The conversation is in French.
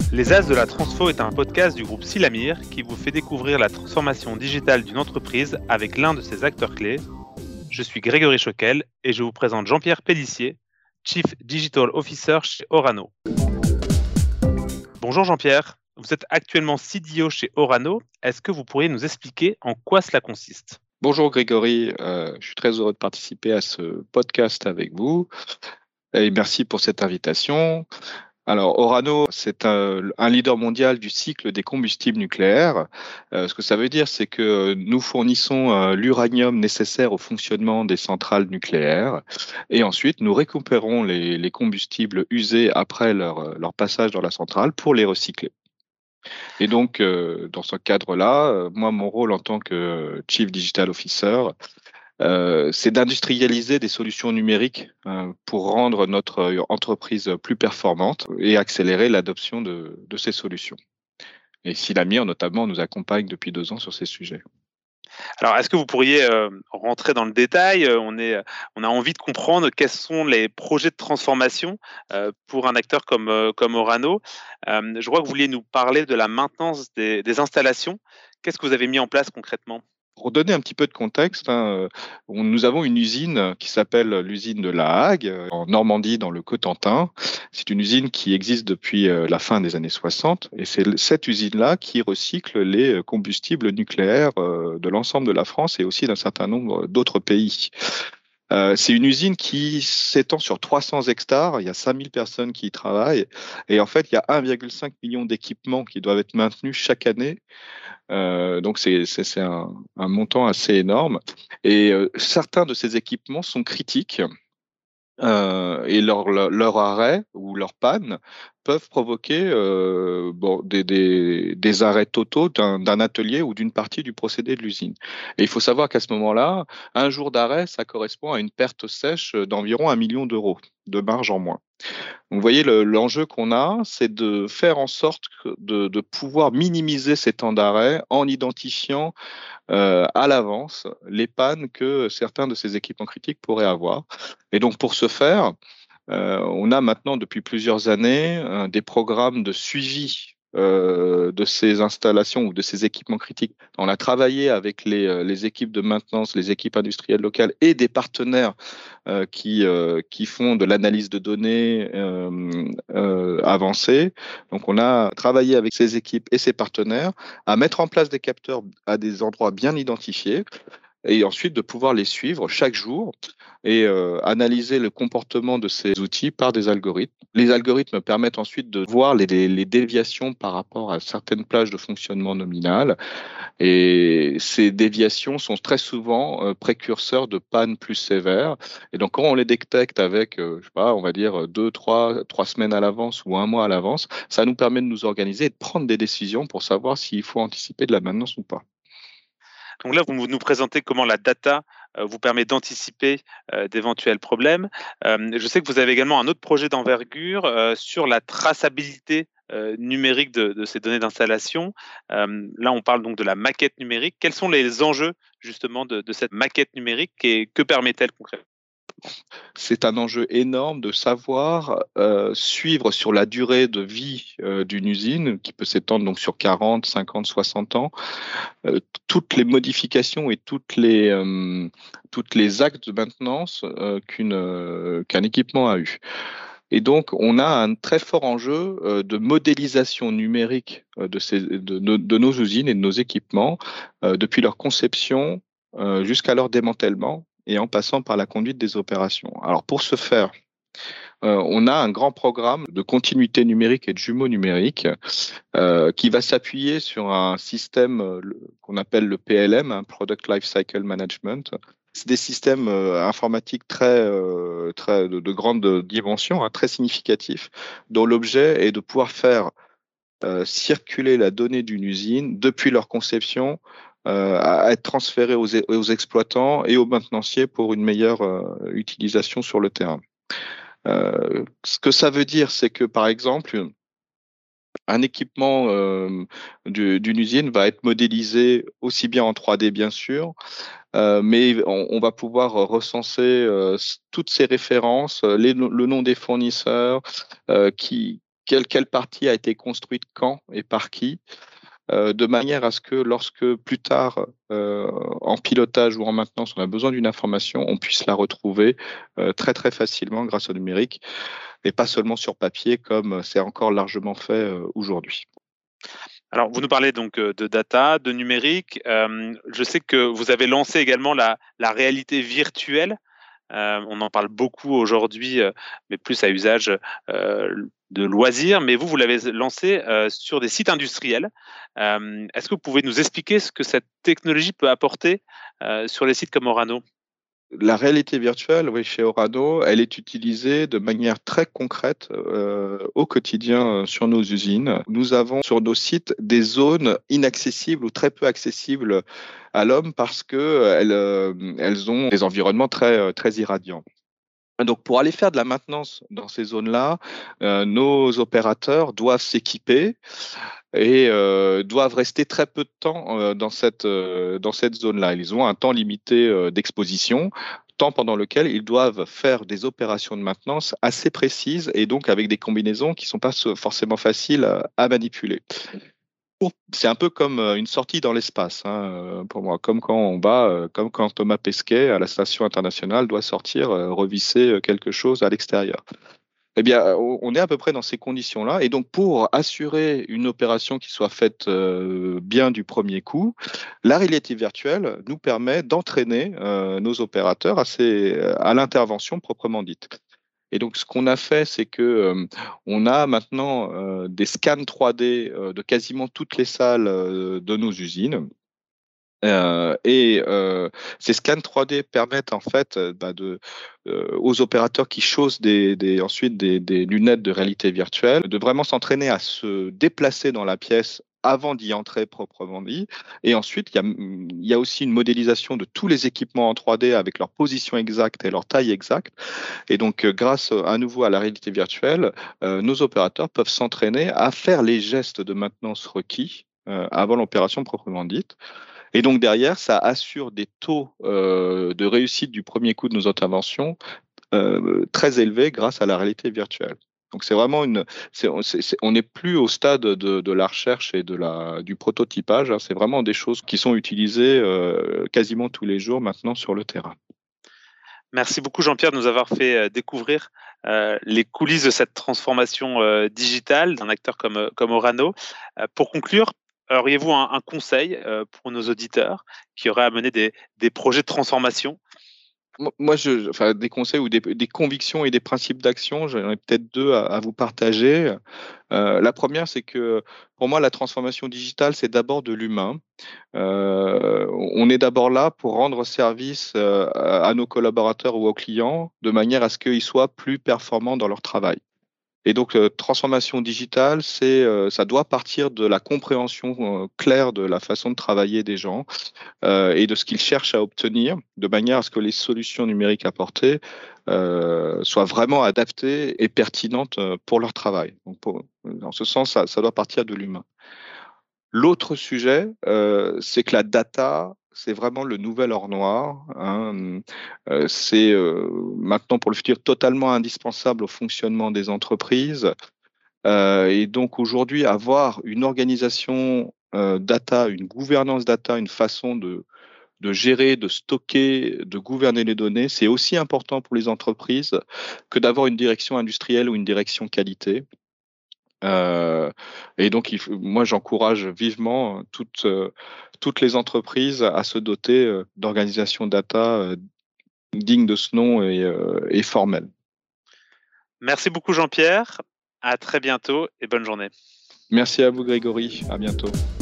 Les As de la Transfo est un podcast du groupe Silamir qui vous fait découvrir la transformation digitale d'une entreprise avec l'un de ses acteurs clés. Je suis Grégory Choquel et je vous présente Jean-Pierre Pellissier, Chief Digital Officer chez Orano. Bonjour Jean-Pierre, vous êtes actuellement CDO chez Orano. Est-ce que vous pourriez nous expliquer en quoi cela consiste ? Bonjour Grégory, je suis très heureux de participer à ce podcast avec vous et merci pour cette invitation. Alors Orano, c'est un leader mondial du cycle des combustibles nucléaires. Ce que ça veut dire, c'est que nous fournissons l'uranium nécessaire au fonctionnement des centrales nucléaires et ensuite nous récupérons les combustibles usés après leur passage dans la centrale pour les recycler. Et donc, dans ce cadre-là, moi, mon rôle en tant que Chief Digital Officer, c'est d'industrialiser des solutions numériques pour rendre notre entreprise plus performante et accélérer l'adoption de ces solutions. Et Silamir, notamment, nous accompagne depuis 2 ans sur ces sujets. Alors, est-ce que vous pourriez rentrer dans le détail ? On a envie de comprendre quels sont les projets de transformation pour un acteur comme Orano. Je crois que vous vouliez nous parler de la maintenance des installations. Qu'est-ce que vous avez mis en place concrètement ? Pour donner un petit peu de contexte, nous avons une usine qui s'appelle l'usine de La Hague, en Normandie, dans le Cotentin. C'est une usine qui existe depuis la fin des années 60 et c'est cette usine-là qui recycle les combustibles nucléaires de l'ensemble de la France et aussi d'un certain nombre d'autres pays. C'est une usine qui s'étend sur 300 hectares, il y a 5000 personnes qui y travaillent et en fait, il y a 1,5 million d'équipements qui doivent être maintenus chaque année. Donc c'est un montant assez énorme et certains de ces équipements sont critiques et leur arrêt ou leur panne peuvent provoquer des arrêts totaux d'un atelier ou d'une partie du procédé de l'usine. Et il faut savoir qu'à ce moment-là, un jour d'arrêt, ça correspond à une perte sèche d'environ 1 million d'euros de marge en moins. Donc, vous voyez, l'enjeu qu'on a, c'est de faire en sorte de pouvoir minimiser ces temps d'arrêt en identifiant à l'avance les pannes que certains de ces équipements critiques pourraient avoir. Et donc, pour ce faire, on a maintenant depuis plusieurs années des programmes de suivi de ces installations ou de ces équipements critiques. On a travaillé avec les équipes de maintenance, les équipes industrielles locales et des partenaires qui font de l'analyse de données avancée. Donc, on a travaillé avec ces équipes et ces partenaires à mettre en place des capteurs à des endroits bien identifiés et ensuite de pouvoir les suivre chaque jour et analyser le comportement de ces outils par des algorithmes. Les algorithmes permettent ensuite de voir les déviations par rapport à certaines plages de fonctionnement nominales et ces déviations sont très souvent précurseurs de pannes plus sévères. Et donc, quand on les détecte avec, je sais pas, on va dire 3 semaines à l'avance ou 1 mois à l'avance, ça nous permet de nous organiser et de prendre des décisions pour savoir s'il faut anticiper de la maintenance ou pas. Donc là, vous nous présentez comment la data vous permet d'anticiper d'éventuels problèmes. Je sais que vous avez également un autre projet d'envergure sur la traçabilité numérique de ces données d'installation. Là, on parle donc de la maquette numérique. Quels sont les enjeux justement de cette maquette numérique et que permet-elle concrètement ? C'est un enjeu énorme de savoir suivre sur la durée de vie d'une usine, qui peut s'étendre donc sur 40, 50, 60 ans, toutes les modifications et toutes les actes de maintenance qu'un équipement a eu. Et donc, on a un très fort enjeu de modélisation numérique de nos usines et de nos équipements depuis leur conception jusqu'à leur démantèlement et en passant par la conduite des opérations. Alors, pour ce faire, on a un grand programme de continuité numérique et de jumeaux numériques qui va s'appuyer sur un système qu'on appelle le PLM, Product Lifecycle Management. C'est des systèmes informatiques très de grande dimension, très significatifs, dont l'objet est de pouvoir faire circuler la donnée d'une usine depuis leur conception à être transférée aux exploitants et aux maintenanciers pour une meilleure utilisation sur le terrain. Ce que ça veut dire, c'est que, par exemple, un équipement d'une usine va être modélisé aussi bien en 3D, bien sûr, mais on va pouvoir recenser toutes ces références, le nom des fournisseurs qui quelle partie a été construite quand et par qui, de manière à ce que lorsque plus tard, en pilotage ou en maintenance, on a besoin d'une information, on puisse la retrouver très très facilement grâce au numérique et pas seulement sur papier comme c'est encore largement fait aujourd'hui. Alors, vous nous parlez donc de data, de numérique. Je sais que vous avez lancé également la réalité virtuelle. On en parle beaucoup aujourd'hui, mais plus à usage de loisirs. Mais vous l'avez lancé sur des sites industriels. Est-ce que vous pouvez nous expliquer ce que cette technologie peut apporter sur les sites comme Orano? La réalité virtuelle, oui, chez Orano, elle est utilisée de manière très concrète au quotidien sur nos usines. Nous avons sur nos sites des zones inaccessibles ou très peu accessibles à l'homme parce que elles ont des environnements très irradiants. Donc, pour aller faire de la maintenance dans ces zones-là, nos opérateurs doivent s'équiper et doivent rester très peu de temps dans cette zone-là. Ils ont un temps limité d'exposition, temps pendant lequel ils doivent faire des opérations de maintenance assez précises et donc avec des combinaisons qui ne sont pas forcément faciles à manipuler. C'est un peu comme une sortie dans l'espace, hein, pour moi, comme quand comme quand Thomas Pesquet à la station internationale doit sortir revisser quelque chose à l'extérieur. Eh bien, on est à peu près dans ces conditions-là. Et donc, pour assurer une opération qui soit faite bien du premier coup, la réalité virtuelle nous permet d'entraîner nos opérateurs à l'intervention proprement dite. Et donc, ce qu'on a fait, c'est que on a maintenant des scans 3D de quasiment toutes les salles de nos usines. Ces scans 3D permettent en fait aux opérateurs qui chaussent ensuite des lunettes de réalité virtuelle de vraiment s'entraîner à se déplacer dans la pièce avant d'y entrer proprement dit. Et ensuite, il y a aussi une modélisation de tous les équipements en 3D avec leur position exacte et leur taille exacte. Et donc, grâce à nouveau à la réalité virtuelle, nos opérateurs peuvent s'entraîner à faire les gestes de maintenance requis avant l'opération proprement dite. Et donc derrière, ça assure des taux de réussite du premier coup de nos interventions très élevés grâce à la réalité virtuelle. Donc c'est vraiment on n'est plus au stade de la recherche et du prototypage, hein. C'est vraiment des choses qui sont utilisées quasiment tous les jours maintenant sur le terrain. Merci beaucoup Jean-Pierre de nous avoir fait découvrir les coulisses de cette transformation digitale d'un acteur comme Orano. Pour conclure, auriez-vous un conseil pour nos auditeurs qui auraient à mener des projets de transformation? Moi, enfin, des conseils ou des convictions et des principes d'action, j'en ai peut-être deux à vous partager. La première, c'est que pour moi, la transformation digitale, c'est d'abord de l'humain. On est d'abord là pour rendre service à nos collaborateurs ou aux clients de manière à ce qu'ils soient plus performants dans leur travail. Et donc, transformation digitale, ça doit partir de la compréhension claire de la façon de travailler des gens et de ce qu'ils cherchent à obtenir, de manière à ce que les solutions numériques apportées soient vraiment adaptées et pertinentes pour leur travail. Donc, dans ce sens, ça doit partir de l'humain. L'autre sujet, c'est que la data, c'est vraiment le nouvel or noir, hein. C'est maintenant pour le futur totalement indispensable au fonctionnement des entreprises. Et donc aujourd'hui, avoir une organisation data, une gouvernance data, une façon de gérer, de stocker, de gouverner les données, c'est aussi important pour les entreprises que d'avoir une direction industrielle ou une direction qualité. Et donc, moi, j'encourage vivement toutes les entreprises à se doter d'organisations data dignes de ce nom et formelles. Merci beaucoup Jean-Pierre, à très bientôt et bonne journée. Merci à vous, Grégory. À bientôt.